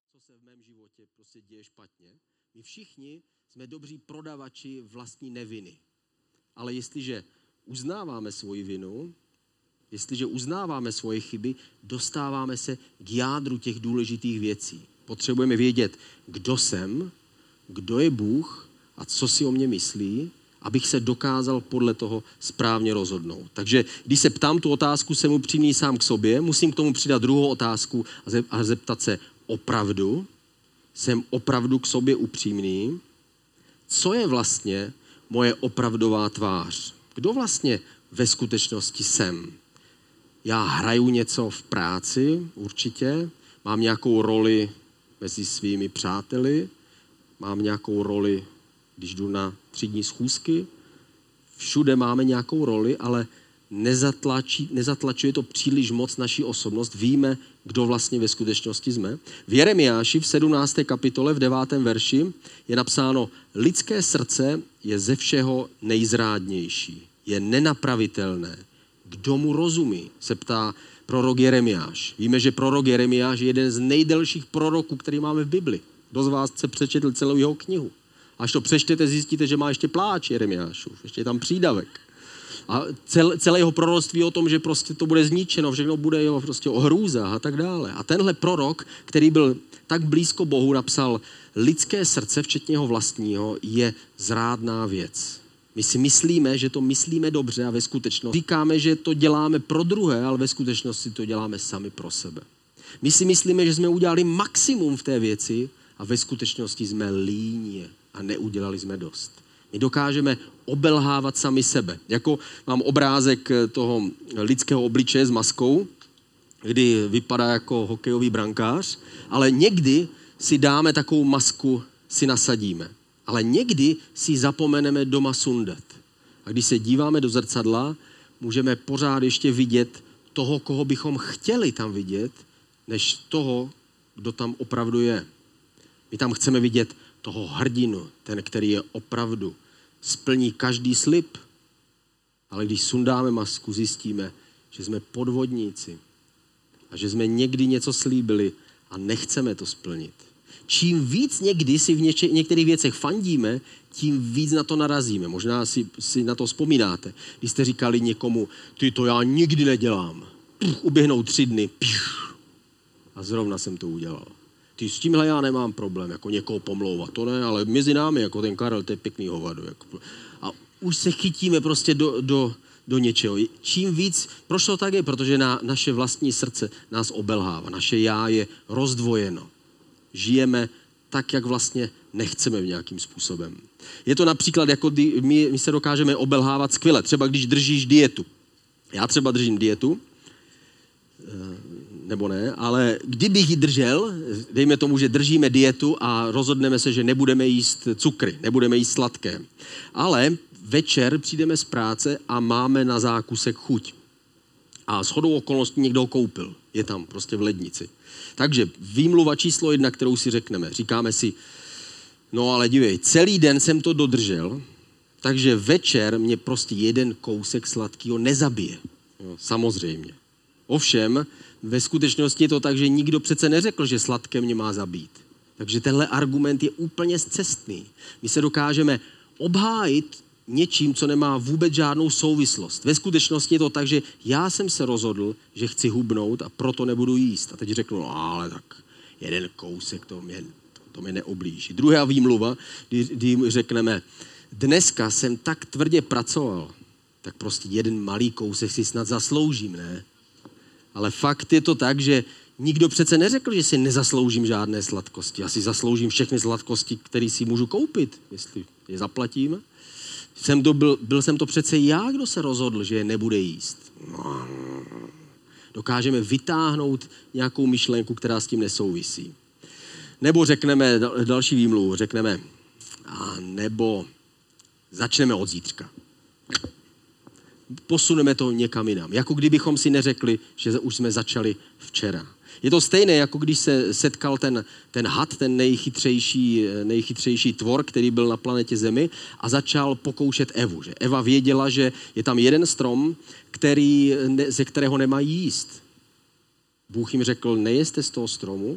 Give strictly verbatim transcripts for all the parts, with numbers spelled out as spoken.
co se v mém životě prostě děje špatně. My všichni jsme dobří prodavači vlastní neviny. Ale jestliže uznáváme svoji vinu, jestliže uznáváme svoje chyby, dostáváme se k jádru těch důležitých věcí. Potřebujeme vědět, kdo jsem, kdo je Bůh a co si o mě myslí, abych se dokázal podle toho správně rozhodnout. Takže když se ptám tu otázku, jsem upřímný sám k sobě, musím k tomu přidat druhou otázku a zeptat se opravdu, jsem opravdu k sobě upřímný, co je vlastně moje opravdová tvář? Kdo vlastně ve skutečnosti jsem? Já hraju něco v práci, určitě, mám nějakou roli mezi svými přáteli, mám nějakou roli, když jdu na třídní schůzky, všude máme nějakou roli, ale nezatlačí, nezatlačuje to příliš moc naši osobnost. Víme, kdo vlastně ve skutečnosti jsme. V Jeremiáši v sedmnácté kapitole v devátém verši je napsáno: lidské srdce je ze všeho nejzrádnější, je nenapravitelné. Kdo mu rozumí, se ptá prorok Jeremiáš. Víme, že prorok Jeremiáš je jeden z nejdelších proroků, který máme v Bibli. Kdo z vás se přečetl celou jeho knihu? Až to přečtete, zjistíte, že má ještě pláč Jeremiášův, ještě je tam přídavek. A cel, celé jeho proroctví o tom, že prostě to bude zničeno, všechno bude jeho prostě o hrůzách a tak dále. A tenhle prorok, který byl tak blízko Bohu, napsal: lidské srdce, včetně jeho vlastního, je zrádná věc. My si myslíme, že to myslíme dobře a ve skutečnosti říkáme, že to děláme pro druhé, ale ve skutečnosti to děláme sami pro sebe. My si myslíme, že jsme udělali maximum v té věci a ve skutečnosti jsme líní a neudělali jsme dost. My dokážeme obelhávat sami sebe. Jako mám obrázek toho lidského obličeje s maskou, kdy vypadá jako hokejový brankář, ale někdy si dáme takovou masku, si nasadíme. Ale někdy si zapomeneme doma sundat. A když se díváme do zrcadla, můžeme pořád ještě vidět toho, koho bychom chtěli tam vidět, než toho, kdo tam opravdu je. My tam chceme vidět toho hrdinu, ten, který je opravdu, splní každý slib. Ale když sundáme masku, zjistíme, že jsme podvodníci a že jsme někdy něco slíbili a nechceme to splnit. Čím víc někdy si v něče, některých věcech fandíme, tím víc na to narazíme. Možná si, si na to vzpomínáte, když jste říkali někomu: ty, to já nikdy nedělám. Pff, uběhnou tři dny. Pff, a zrovna jsem to udělal. Ty, s tímhle já nemám problém, jako někoho pomlouvat. To ne, ale mezi námi, jako ten Karel, to je pěkný hovado. Jako. A už se chytíme prostě do, do, do něčeho. Čím víc, proč to tak je? Protože na, naše vlastní srdce nás obelhává. Naše já je rozdvojeno. Žijeme tak, jak vlastně nechceme v nějakým způsobem. Je to například, jako my, my se dokážeme obelhávat skvěle. Třeba když držíš dietu. Já třeba držím dietu, nebo ne, ale kdybych ji držel, dejme tomu, že držíme dietu a rozhodneme se, že nebudeme jíst cukry, nebudeme jíst sladké. Ale večer přijdeme z práce a máme na zákusek chuť. A shodou okolností někdo ho koupil. Je tam prostě v lednici. Takže výmluva číslo jedna, kterou si řekneme. Říkáme si: no ale dívej, celý den jsem to dodržel, takže večer mě prostě jeden kousek sladkého nezabije. Jo, samozřejmě. Ovšem, ve skutečnosti je to tak, že nikdo přece neřekl, že sladké mě má zabít. Takže tenhle argument je úplně scestný. My se dokážeme obhájit něčím, co nemá vůbec žádnou souvislost. Ve skutečnosti je to tak, že já jsem se rozhodl, že chci hubnout a proto nebudu jíst. A teď řeknu: no ale tak jeden kousek, to mě, to, to mě neoblíží. Druhá výmluva, kdy, kdy řekneme: dneska jsem tak tvrdě pracoval, tak prostě jeden malý kousek si snad zasloužím, ne? Ale fakt je to tak, že nikdo přece neřekl, že si nezasloužím žádné sladkosti. Já si zasloužím všechny sladkosti, které si můžu koupit, jestli je zaplatím. Jsem to byl, byl jsem to přece já, kdo se rozhodl, že je nebude jíst. No. Dokážeme vytáhnout nějakou myšlenku, která s tím nesouvisí. Nebo řekneme další výmluvu, řekneme: a nebo začneme od zítřka. Posuneme to někam jinam. Jako kdybychom si neřekli, že už jsme začali včera. Je to stejné, jako když se setkal ten, ten had, ten nejchytřejší, nejchytřejší tvor, který byl na planetě Zemi, a začal pokoušet Evu. Že Eva věděla, že je tam jeden strom, který, ze kterého nemají jíst. Bůh jim řekl: nejeste z toho stromu,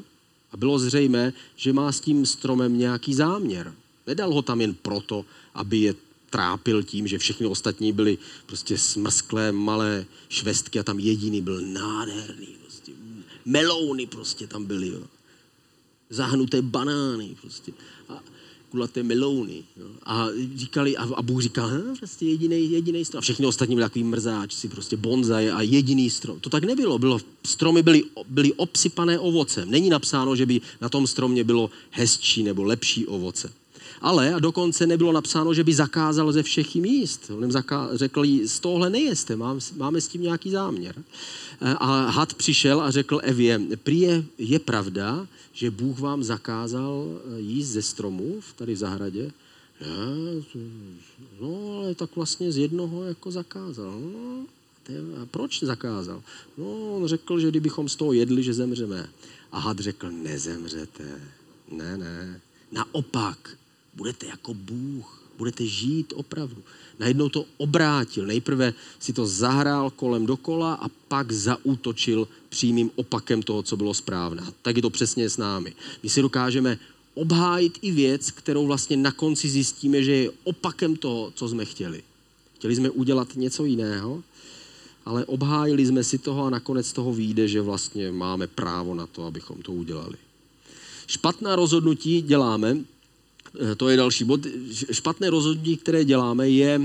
A bylo zřejmé, že má s tím stromem nějaký záměr. Nedal ho tam jen proto, aby je trápil tím, že všechny ostatní byly prostě smrsklé, malé švestky a tam jediný byl nádherný. Prostě. Melouny prostě tam byly. Jo. Zahnuté banány prostě. A kulaté melouny. Jo. A říkali, a, a Bůh říkal, hm, prostě jediný, jediný strom. A všechny ostatní byly takový mrzáčci, prostě bonzaj a jediný strom. To tak nebylo. Bylo, stromy byly, byly obsypané ovocem. Není napsáno, že by na tom stromě bylo hezčí nebo lepší ovoce. Ale a dokonce nebylo napsáno, že by zakázal ze všech jim jíst. On jim zaká- řekl, z tohle nejeste, máme s tím nějaký záměr. A had přišel a řekl Evě, prý je, je pravda, že Bůh vám zakázal jíst ze stromů tady v zahradě? Ne, no ale tak vlastně z jednoho jako zakázal. No, a proč zakázal? No on řekl, že kdybychom z toho jedli, že zemřeme. A had řekl, nezemřete. Ne, ne. Naopak, budete jako Bůh, budete žít opravdu. Najednou to obrátil. Nejprve si to zahrál kolem dokola a pak zaútočil přímým opakem toho, co bylo správné. Tak je to přesně s námi. My si dokážeme obhájit i věc, kterou vlastně na konci zjistíme, že je opakem toho, co jsme chtěli. Chtěli jsme udělat něco jiného, ale obhájili jsme si toho a nakonec toho vyjde, že vlastně máme právo na to, abychom to udělali. Špatná rozhodnutí děláme, to je další bod, špatné rozhodnutí, které děláme, je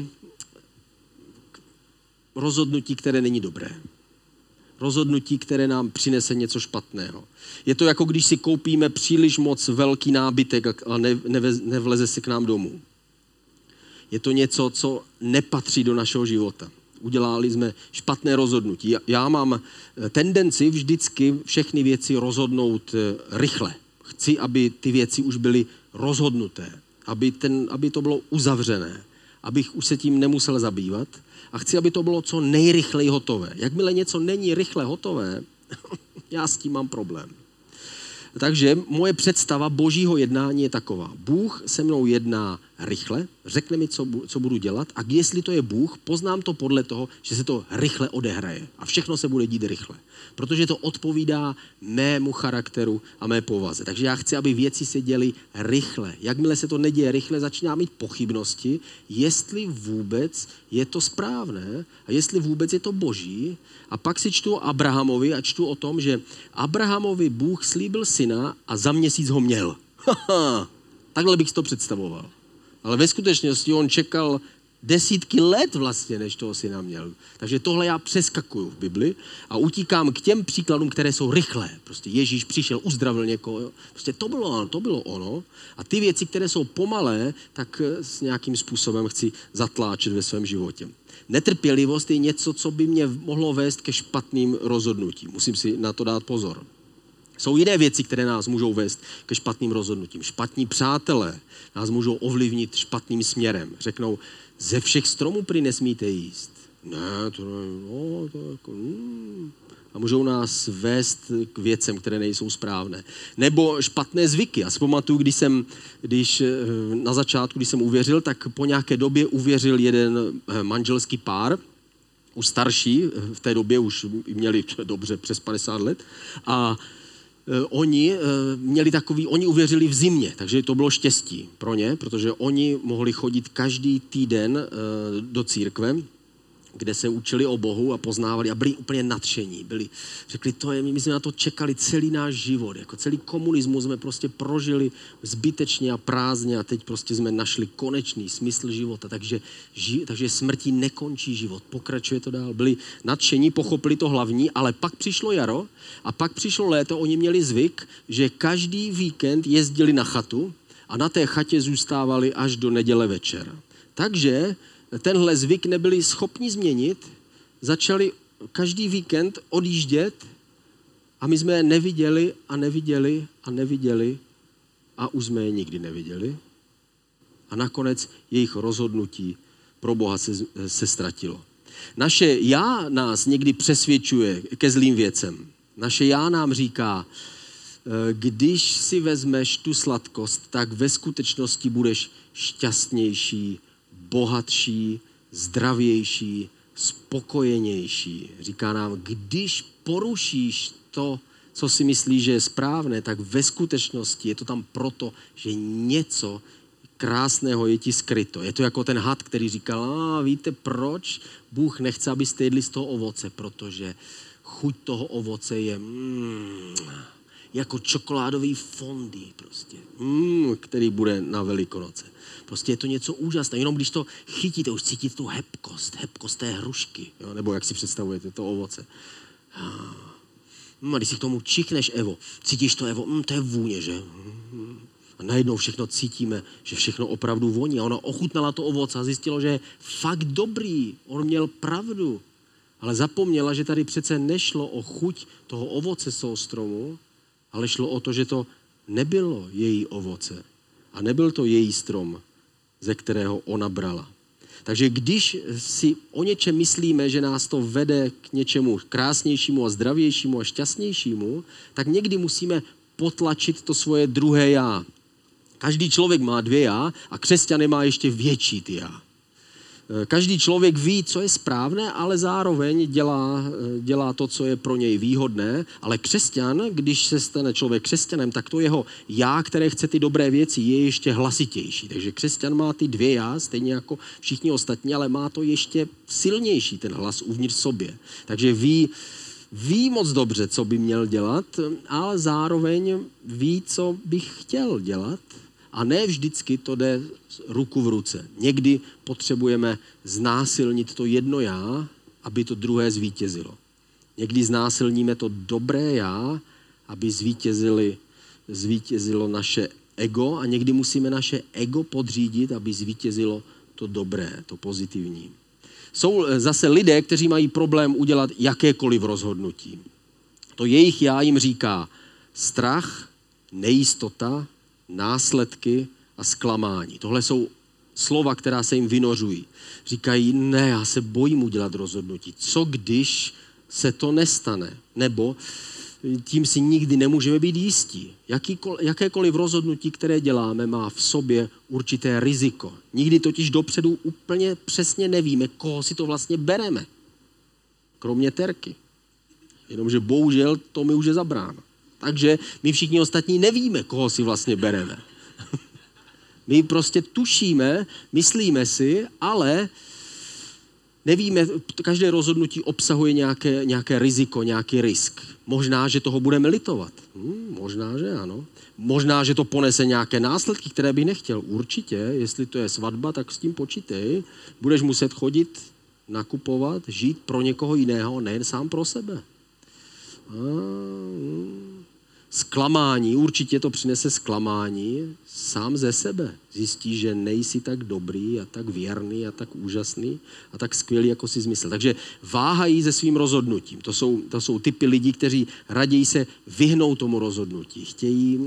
rozhodnutí, které není dobré. Rozhodnutí, které nám přinese něco špatného. Je to jako když si koupíme příliš moc velký nábytek a ne, nevleze se k nám domů. Je to něco, co nepatří do našeho života. Udělali jsme špatné rozhodnutí. Já mám tendenci vždycky všechny věci rozhodnout rychle. Chci, aby ty věci už byly rozhodnuté, aby, ten, aby to bylo uzavřené, abych už se tím nemusel zabývat a chci, aby to bylo co nejrychleji hotové. Jakmile něco není rychle hotové, já s tím mám problém. Takže moje představa božího jednání je taková. Bůh se mnou jedná rychle, řekne mi, co, co budu dělat a jestli to je Bůh, poznám to podle toho, že se to rychle odehraje a všechno se bude dít rychle. Protože to odpovídá mému charakteru a mé povaze. Takže já chci, aby věci se děly rychle. Jakmile se to neděje rychle, začínám mít pochybnosti, jestli vůbec je to správné a jestli vůbec je to boží. A pak si čtu o Abrahamovi a čtu o tom, že Abrahamovi Bůh slíbil syna a za měsíc ho měl. Takhle bych si to představoval. Ale ve skutečnosti on čekal desítky let vlastně, než toho syna měl. Takže tohle já přeskakuju v Bibli a utíkám k těm příkladům, které jsou rychlé. Prostě Ježíš přišel, uzdravil někoho. Jo. Prostě to bylo, to bylo ono. A ty věci, které jsou pomalé, tak s nějakým způsobem chci zatláčet ve svém životě. Netrpělivost je něco, co by mě mohlo vést ke špatným rozhodnutím. Musím si na to dát pozor. Jsou jiné věci, které nás můžou vést ke špatným rozhodnutím. Špatní přátelé nás můžou ovlivnit špatným směrem. Řeknou, ze všech stromů prý nesmíte jíst. Ne, to no, to jako, mm. A můžou nás vést k věcem, které nejsou správné. Nebo špatné zvyky. Já si pamatuju, když jsem, když na začátku, když jsem uvěřil, tak po nějaké době uvěřil jeden manželský pár, už starší, v té době už měli dobře přes padesát let, a Oni měli takový, oni uvěřili v zimě, takže to bylo štěstí pro ně, protože oni mohli chodit každý týden do církve, kde se učili o Bohu a poznávali a byli úplně nadšení. Byli, řekli, to je, my jsme na to čekali celý náš život, jako celý komunismus jsme prostě prožili zbytečně a prázdně a teď prostě jsme našli konečný smysl života, takže, ži, takže smrtí nekončí život, pokračuje to dál. Byli nadšení, pochopili to hlavní, ale pak přišlo jaro a pak přišlo léto, oni měli zvyk, že každý víkend jezdili na chatu a na té chatě zůstávali až do neděle večer. Takže tenhle zvyk nebyli schopni změnit, začali každý víkend odjíždět a my jsme je neviděli a neviděli a neviděli a už jsme je nikdy neviděli. A nakonec jejich rozhodnutí pro Boha se, se ztratilo. Naše já nás někdy přesvědčuje ke zlým věcem. Naše já nám říká, když si vezmeš tu sladkost, tak ve skutečnosti budeš šťastnější, bohatší, zdravější, spokojenější. Říká nám, když porušíš to, co si myslí, že je správné, tak ve skutečnosti je to tam proto, že něco krásného je ti skryto. Je to jako ten had, který říkal, a víte proč Bůh nechce, abyste jedli z toho ovoce, protože chuť toho ovoce je mm, jako čokoládový fondy prostě, mm, který bude na Velikonoce. Prostě je to něco úžasného. Jenom když to chytíte, už cítíte tu hebkost, hebkost té hrušky, jo? Nebo jak si představujete to ovoce. A když si k tomu čichneš, Evo, cítíš to, Evo, mm, to je vůně, že? A najednou všechno cítíme, že všechno opravdu voní. A ona ochutnala to ovoce a zjistila, že je fakt dobrý. On měl pravdu. Ale zapomněla, že tady přece nešlo o chuť toho ovoce z toho stromu, ale šlo o to, že to nebylo její ovoce. A nebyl to její strom, ze kterého ona brala. Takže když si o něčem myslíme, že nás to vede k něčemu krásnějšímu a zdravějšímu a šťastnějšímu, tak někdy musíme potlačit to svoje druhé já. Každý člověk má dvě já a křesťan má ještě větší ty já. Každý člověk ví, co je správné, ale zároveň dělá, dělá to, co je pro něj výhodné. Ale křesťan, když se stane člověk křesťanem, tak to jeho já, které chce ty dobré věci, je ještě hlasitější. Takže křesťan má ty dvě já, stejně jako všichni ostatní, ale má to ještě silnější, ten hlas uvnitř sobě. Takže ví, ví moc dobře, co by měl dělat, ale zároveň ví, co by chtěl dělat. A ne vždycky to jde ruku v ruce. Někdy potřebujeme znásilnit to jedno já, aby to druhé zvítězilo. Někdy znásilníme to dobré já, aby zvítězili, zvítězilo naše ego a někdy musíme naše ego podřídit, aby zvítězilo to dobré, to pozitivní. Jsou zase lidé, kteří mají problém udělat jakékoliv rozhodnutí. To jejich já jim říká strach, nejistota, následky a zklamání. Tohle jsou slova, která se jim vynořují. Říkají, ne, já se bojím udělat rozhodnutí. Co když se to nestane? Nebo tím si nikdy nemůžeme být jistí. Jakýkoliv, jakékoliv rozhodnutí, které děláme, má v sobě určité riziko. Nikdy totiž dopředu úplně přesně nevíme, koho si to vlastně bereme. Kromě Terky. Jenomže bohužel to mi už je zabráno. Takže my všichni ostatní nevíme, koho si vlastně bereme. My prostě tušíme, myslíme si, ale nevíme, každé rozhodnutí obsahuje nějaké, nějaké riziko, nějaký risk. Možná, že toho budeme litovat. Hmm, možná, že ano. Možná, že to ponese nějaké následky, které bych nechtěl. Určitě, jestli to je svatba, tak s tím počítej. Budeš muset chodit, nakupovat, žít pro někoho jiného, nejen sám pro sebe. Zklamání, určitě to přinese zklamání sám ze sebe. Zjistí, že nejsi tak dobrý a tak věrný a tak úžasný a tak skvělý, jako si zmyslel. Takže váhají se svým rozhodnutím. To jsou, to jsou typy lidí, kteří raději se vyhnou tomu rozhodnutí. Chtějí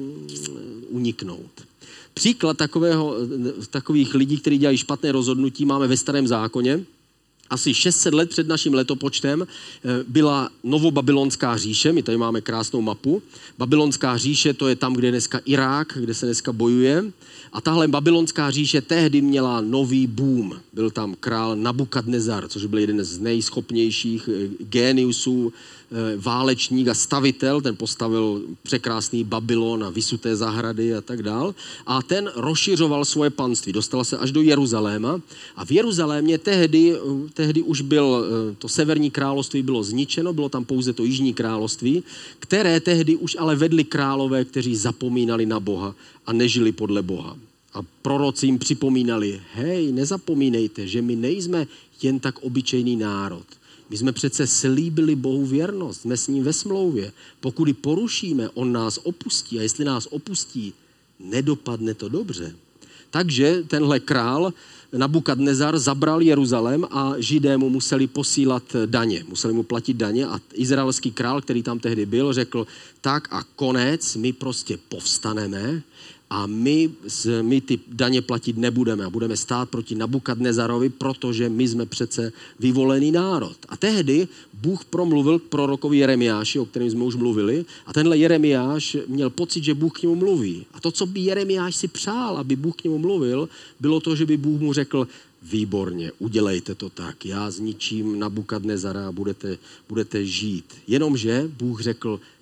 uniknout. Příklad takového, takových lidí, kteří dělají špatné rozhodnutí, máme ve Starém zákoně. Asi šest set let před naším letopočtem byla novobabylonská říše, my tady máme krásnou mapu. Babylonská říše, to je tam, kde je dneska Irák, kde se dneska bojuje. A tahle babylonská říše tehdy měla nový boom. Byl tam král Nabukadnezar, což byl jeden z nejschopnějších géniusů, válečník a stavitel, ten postavil překrásný Babylon a vysuté zahrady a tak dál. A ten rozšiřoval svoje panství, dostal se až do Jeruzaléma a v Jeruzalémě tehdy, tehdy už byl, to severní království bylo zničeno, bylo tam pouze to jižní království, které tehdy už ale vedli králové, kteří zapomínali na Boha a nežili podle Boha. A proroci jim připomínali, hej, nezapomínejte, že my nejsme jen tak obyčejný národ. My jsme přece slíbili Bohu věrnost, jsme s ním ve smlouvě. Pokud ji porušíme, on nás opustí a jestli nás opustí, nedopadne to dobře. Takže tenhle král Nabukadnezar zabral Jeruzalém a Židé mu museli posílat daně, museli mu platit daně a izraelský král, který tam tehdy byl, řekl, tak a konec, my prostě povstaneme a my, my ty daně platit nebudeme a budeme stát proti Nabukadnezarovi, protože my jsme přece vyvolený národ. A tehdy Bůh promluvil k prorokovi Jeremiáši, o kterém jsme už mluvili, a tenhle Jeremiáš měl pocit, že Bůh k němu mluví. A to, co by Jeremiáš si přál, aby Bůh k němu mluvil, bylo to, že by Bůh mu řekl, výborně, udělejte to tak, já zničím Nabukadnezara a budete, budete žít. Jenomže Bůh řekl,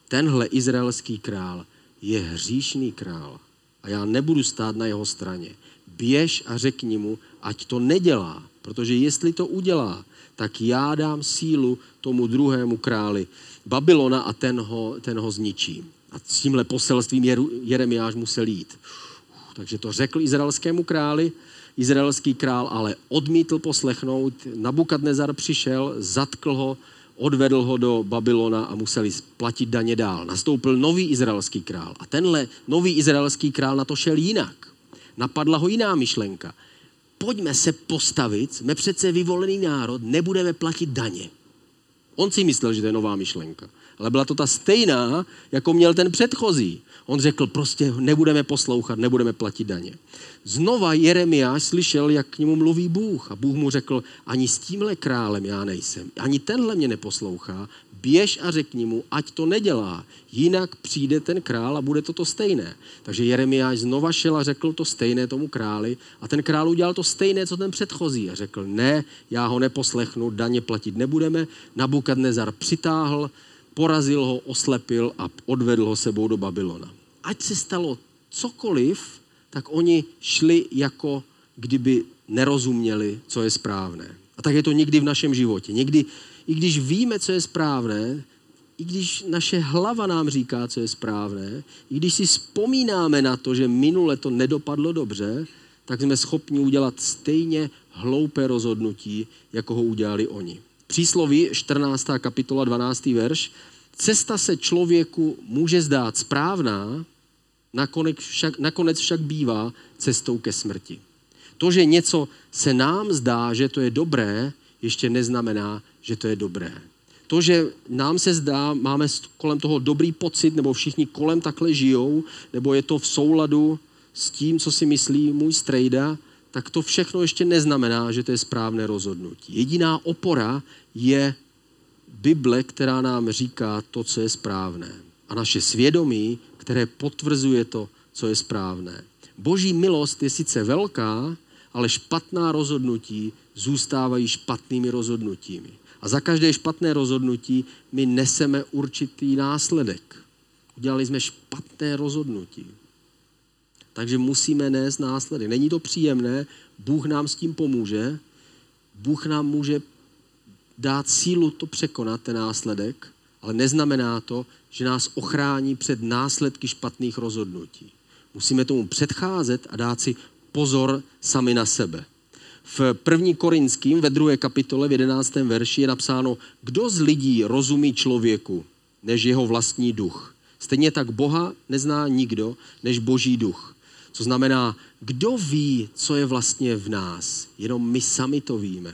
tenhle izraelský král je hříšný král a já nebudu stát na jeho straně. Běž a řekni mu, ať to nedělá, protože jestli to udělá, tak já dám sílu tomu druhému králi Babylona a ten ho, ten ho zničí. A s tímhle poselstvím Jeremiáš musel jít. Takže to řekl izraelskému králi, izraelský král ale odmítl poslechnout, Nabukadnezar přišel, zatkl ho, odvedl ho do Babylona a museli platit daně dál. Nastoupil nový izraelský král a tenhle nový izraelský král na to šel jinak. Napadla ho jiná myšlenka. Pojďme se postavit, jsme přece vyvolený národ, nebudeme platit daně. On si myslel, že to je nová myšlenka, ale byla to ta stejná, jako měl ten předchozí. On řekl, prostě nebudeme poslouchat, nebudeme platit daně. Znova Jeremiáš slyšel, jak k němu mluví Bůh a Bůh mu řekl, ani s tímhle králem já nejsem, ani tenhle mě neposlouchá, běž a řekni mu, ať to nedělá, jinak přijde ten král a bude to to stejné. Takže Jeremiáš znova šel a řekl to stejné tomu králi a ten král udělal to stejné, co ten předchozí a řekl, ne, já ho neposlechnu, daně platit nebudeme. Nabukadnezar přitáhl, porazil ho, oslepil a odvedl ho sebou do Babylona. Ať se stalo cokoliv, tak oni šli jako kdyby nerozuměli, co je správné. A tak je to někdy v našem životě. Někdy, i když víme, co je správné, i když naše hlava nám říká, co je správné, i když si vzpomínáme na to, že minule to nedopadlo dobře, tak jsme schopni udělat stejně hloupé rozhodnutí, jako ho udělali oni. Přísloví čtrnáctá kapitola dvanáctý verš. Cesta se člověku může zdát správná, nakonec však, nakonec však bývá cestou ke smrti. To, že něco se nám zdá, že to je dobré, ještě neznamená, že to je dobré. To, že nám se zdá, máme kolem toho dobrý pocit, nebo všichni kolem takhle žijou, nebo je to v souladu s tím, co si myslí můj strejda, tak to všechno ještě neznamená, že to je správné rozhodnutí. Jediná opora je Bible, která nám říká to, co je správné. A naše svědomí, které potvrzuje to, co je správné. Boží milost je sice velká, ale špatná rozhodnutí zůstávají špatnými rozhodnutími. A za každé špatné rozhodnutí my neseme určitý následek. Udělali jsme špatné rozhodnutí. Takže musíme nést následek. Není to příjemné, Bůh nám s tím pomůže, Bůh nám může dát sílu to překonat, ten následek, ale neznamená to, že nás ochrání před následky špatných rozhodnutí. Musíme tomu předcházet a dát si pozor sami na sebe. V první Korinským ve druhé kapitole v jedenáctém verši je napsáno, kdo z lidí rozumí člověku, než jeho vlastní duch. Stejně tak Boha nezná nikdo, než Boží duch. Co znamená, kdo ví, co je vlastně v nás? Jenom my sami to víme.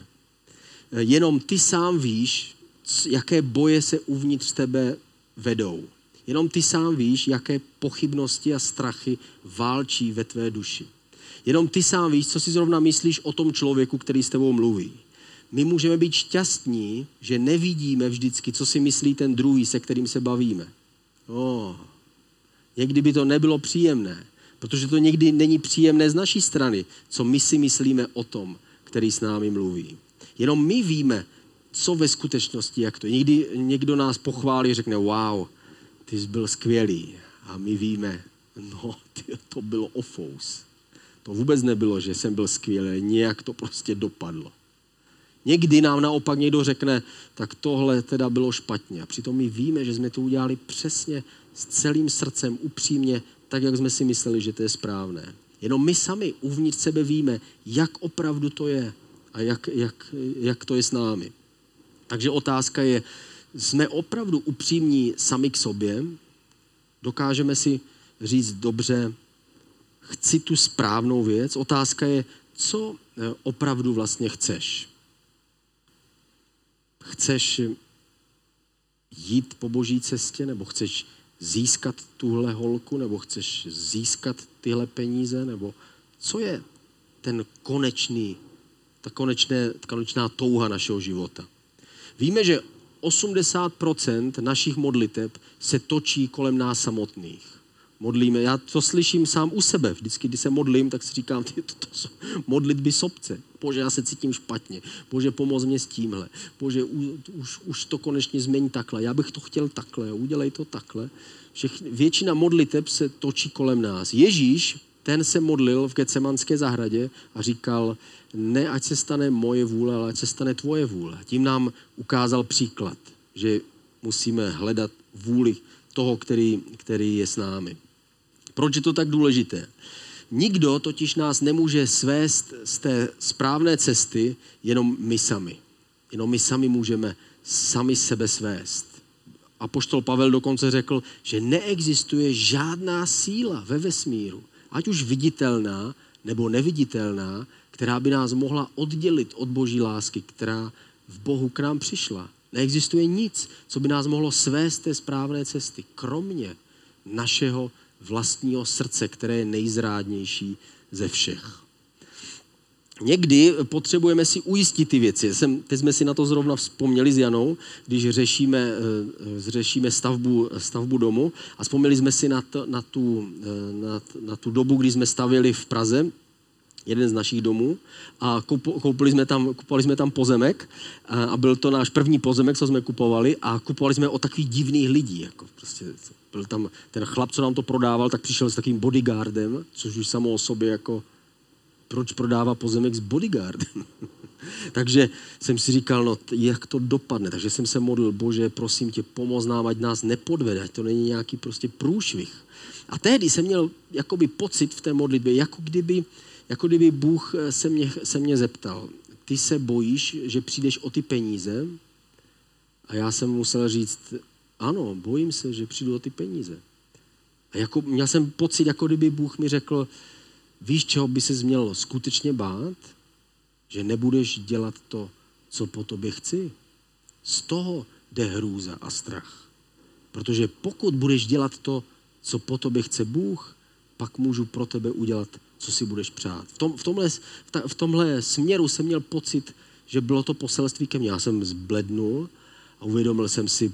Jenom ty sám víš, jaké boje se uvnitř tebe vedou. Jenom ty sám víš, jaké pochybnosti a strachy válčí ve tvé duši. Jenom ty sám víš, co si zrovna myslíš o tom člověku, který s tebou mluví. My můžeme být šťastní, že nevidíme vždycky, co si myslí ten druhý, se kterým se bavíme. Oh, někdy by to nebylo příjemné, protože to někdy není příjemné z naší strany, co my si myslíme o tom, který s námi mluví. Jenom my víme, co ve skutečnosti, jak to je. Někdy někdo nás pochválí a řekne, wow, ty jsi byl skvělý. A my víme, no, ty, to bylo ofous. To vůbec nebylo, že jsem byl skvělý, nějak to prostě dopadlo. Někdy nám naopak někdo řekne, tak tohle teda bylo špatně. A přitom my víme, že jsme to udělali přesně s celým srdcem, upřímně, tak, jak jsme si mysleli, že to je správné. Jenom my sami uvnitř sebe víme, jak opravdu to je a jak, jak, jak to je s námi. Takže otázka je, jsme opravdu upřímní sami k sobě? Dokážeme si říct dobře, chci tu správnou věc? Otázka je, co opravdu vlastně chceš? Chceš jít po boží cestě, nebo chceš získat tuhle holku, nebo chceš získat tyhle peníze, nebo co je ten konečný, ta konečné, ta konečná touha našeho života? Víme, že osmdesát procent našich modliteb se točí kolem nás samotných. Modlíme, já to slyším sám u sebe. Vždycky, když se modlím, tak si říkám, ty, to, to jsou modlitby sobce. Bože, já se cítím špatně. Bože, pomoz mě s tímhle. Bože, u, už, už to konečně změní takhle. Já bych to chtěl takhle, udělej to takhle. Všechny, většina modliteb se točí kolem nás. Ježíš, ten se modlil v Getsemanské zahradě a říkal, ne, ať se stane moje vůle, ale ať se stane tvoje vůle. Tím nám ukázal příklad, že musíme hledat vůli toho, který, který je s námi. Proč je to tak důležité? Nikdo totiž nás nemůže svést z té správné cesty, jenom my sami. Jenom my sami můžeme sami sebe svést. Apoštol Pavel dokonce řekl, že neexistuje žádná síla ve vesmíru, ať už viditelná nebo neviditelná, která by nás mohla oddělit od Boží lásky, která v Bohu k nám přišla. Neexistuje nic, co by nás mohlo svést té správné cesty, kromě našeho vlastního srdce, které je nejzrádnější ze všech. Někdy potřebujeme si ujistit ty věci. Jsem, teď jsme si na to zrovna vzpomněli s Janou, když řešíme, řešíme stavbu, stavbu domu a vzpomněli jsme si na, to, na, tu, na, na tu dobu, kdy jsme stavěli v Praze jeden z našich domů a koupili jsme tam, kupovali jsme tam pozemek a byl to náš první pozemek, co jsme kupovali a kupovali jsme od takových divných lidí. Jako prostě byl tam ten chlap, co nám to prodával, tak přišel s takovým bodyguardem, což už samo o sobě jako proč prodává pozemek s bodyguardem. Takže jsem si říkal, no jak to dopadne. Takže jsem se modlil, Bože, prosím tě, pomoz nám, ať nás nepodvede, ať to není nějaký prostě průšvih. A tehdy jsem měl jakoby pocit v té modlitbě, jako kdyby, jako kdyby Bůh se mě, se mě zeptal, ty se bojíš, že přijdeš o ty peníze? A já jsem musel říct, ano, bojím se, že přijdu o ty peníze. A jako, měl jsem pocit, jako kdyby Bůh mi řekl, víš, čeho by ses měl skutečně bát? Že nebudeš dělat to, co po tobě chci. Z toho jde hrůza a strach. Protože pokud budeš dělat to, co po tobě chce Bůh, pak můžu pro tebe udělat, co si budeš přát. V, tom, v, tomhle, v, ta, v tomhle směru jsem měl pocit, že bylo to poselství ke mně. Já jsem zblednul a uvědomil jsem si,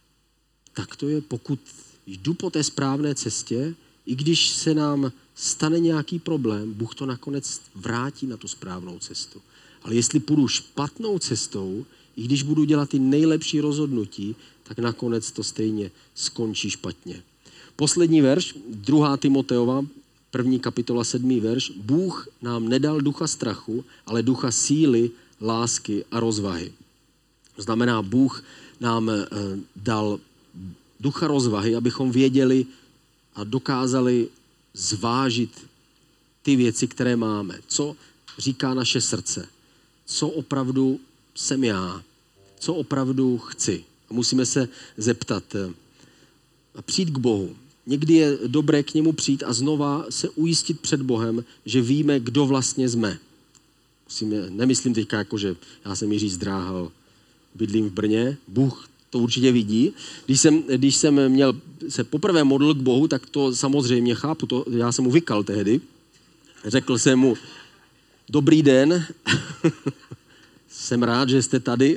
tak to je, pokud jdu po té správné cestě, i když se nám stane nějaký problém, Bůh to nakonec vrátí na tu správnou cestu. Ale jestli půjdu špatnou cestou, i když budu dělat ty nejlepší rozhodnutí, tak nakonec to stejně skončí špatně. Poslední verš, druhá Timoteova, první kapitola, sedmý verš. Bůh nám nedal ducha strachu, ale ducha síly, lásky a rozvahy. To znamená, Bůh nám e, dal ducha rozvahy, abychom věděli a dokázali zvážit ty věci, které máme. Co říká naše srdce? Co opravdu jsem já? Co opravdu chci? A musíme se zeptat a přijít k Bohu. Někdy je dobré k němu přijít a znova se ujistit před Bohem, že víme, kdo vlastně jsme. Musíme, nemyslím teďka jako, že já jsem Jiří Zdráhal, bydlím v Brně, Bůh to určitě vidí. Když jsem, když jsem měl se poprvé modlil k Bohu, tak to samozřejmě chápu, to, já jsem mu vykal tehdy. Řekl jsem mu, dobrý den, jsem rád, že jste tady.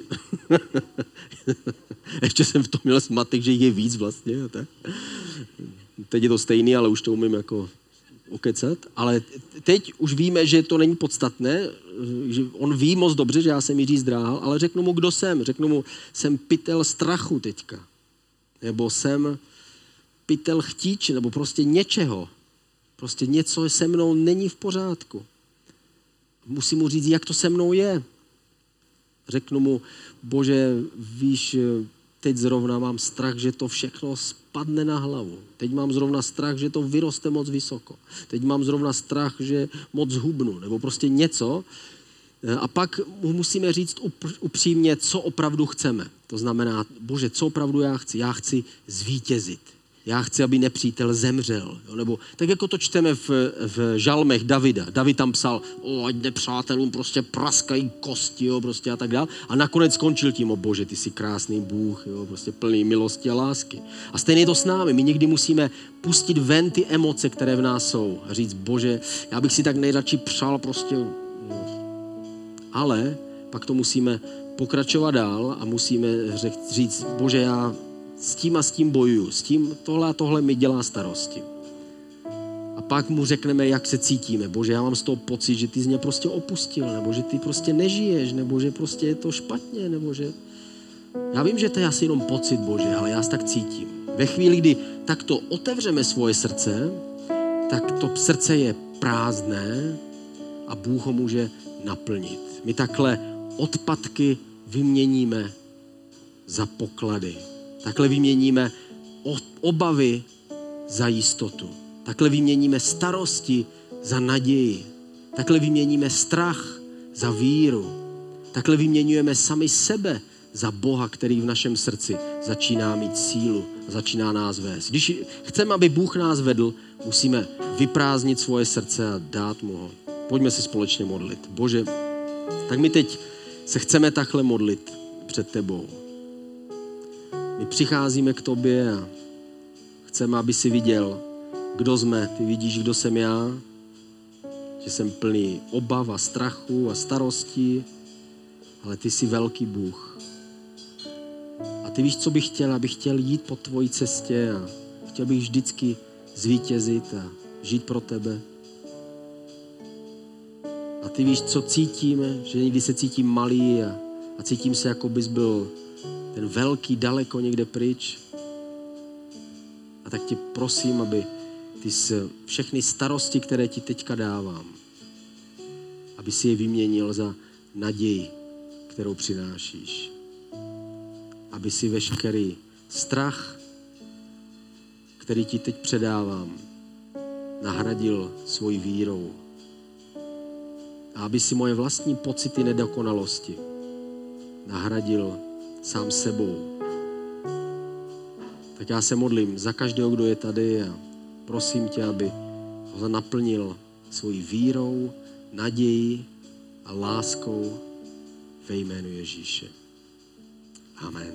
Ještě jsem v tom měl smatek, že jich je víc vlastně. Tak. Teď je to stejný, ale už to umím jako okecat. Ale teď už víme, že to není podstatné, že on ví moc dobře, že já jsem Jiří Zdráhal, ale řeknu mu, kdo jsem. Řeknu mu, jsem pytel strachu teďka. Nebo jsem pytel chtíč, nebo prostě něčeho. Prostě něco se mnou není v pořádku. Musím mu říct, jak to se mnou je. Řeknu mu, Bože, víš, teď zrovna mám strach, že to všechno spadne na hlavu. Teď mám zrovna strach, že to vyroste moc vysoko. Teď mám zrovna strach, že moc zhubnu, nebo prostě něco. A pak mu musíme říct upřímně, co opravdu chceme. To znamená, Bože, co opravdu já chci? Já chci zvítězit. Já chci, aby nepřítel zemřel. Jo? Nebo tak jako to čteme v, v žalmech Davida. David tam psal, o, ať nepřátelům prostě praskají kosti, jo, prostě a tak dál. A nakonec skončil tím, o Bože, ty jsi krásný Bůh, jo, prostě plný milosti a lásky. A stejně je to s námi. My někdy musíme pustit ven ty emoce, které v nás jsou. A říct, Bože, já bych si tak nejradši přál prostě. No. Ale pak to musíme pokračovat dál a musíme říct, Bože, já s tím a s tím bojuju, s tím tohle a tohle mi dělá starosti. pak mu řekneme, jak se cítíme. Bože, já mám z toho pocit, že ty jsi mě prostě opustil, nebo že ty prostě nežiješ, nebo že prostě je to špatně, nebo že... Já vím, že to je asi jenom pocit, Bože, ale já se tak cítím. Ve chvíli, kdy takto otevřeme svoje srdce, tak to srdce je prázdné a Bůh ho může naplnit. My takhle odpadky vyměníme za poklady. Takhle vyměníme obavy za jistotu. Takhle vyměníme starosti za naději. Takhle vyměníme strach za víru. Takhle vyměňujeme sami sebe za Boha, který v našem srdci začíná mít sílu a začíná nás vést. Když chceme, aby Bůh nás vedl, musíme vyprázdnit svoje srdce a dát mu ho. Pojďme si společně modlit. Bože, tak my teď se chceme takhle modlit před tebou. My přicházíme k tobě a chceme, aby si viděl, kdo jsme. Ty vidíš, kdo jsem já, že jsem plný obav a strachu a starostí, ale ty jsi velký Bůh. A ty víš, co bych chtěl, abych chtěl jít po tvojí cestě a chtěl bych vždycky zvítězit a žít pro tebe. A ty víš, co cítíme, že někdy se cítím malý a, a cítím se, jako bys byl ten velký daleko někde pryč. A tak tě prosím, aby ty všechny starosti, které ti teďka dávám, aby si je vyměnil za naději, kterou přinášíš. Aby si veškerý strach, který ti teď předávám, nahradil svojí vírou. A aby si moje vlastní pocity nedokonalosti nahradil sám sebou. Tak já se modlím za každého, kdo je tady a prosím tě, aby ho naplnil svojí vírou, nadějí a láskou ve jménu Ježíše. Amen.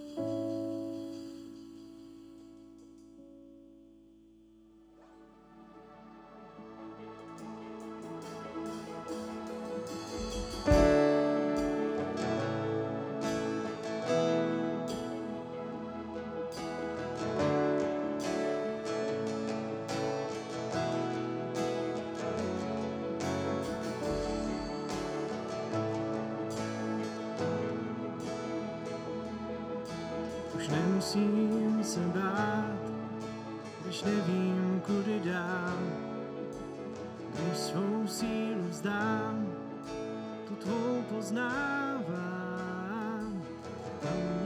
Už nemusím se bát, když nevím, kudy dál. Když svou sílu vzdám, tu tvou poznávám. Tam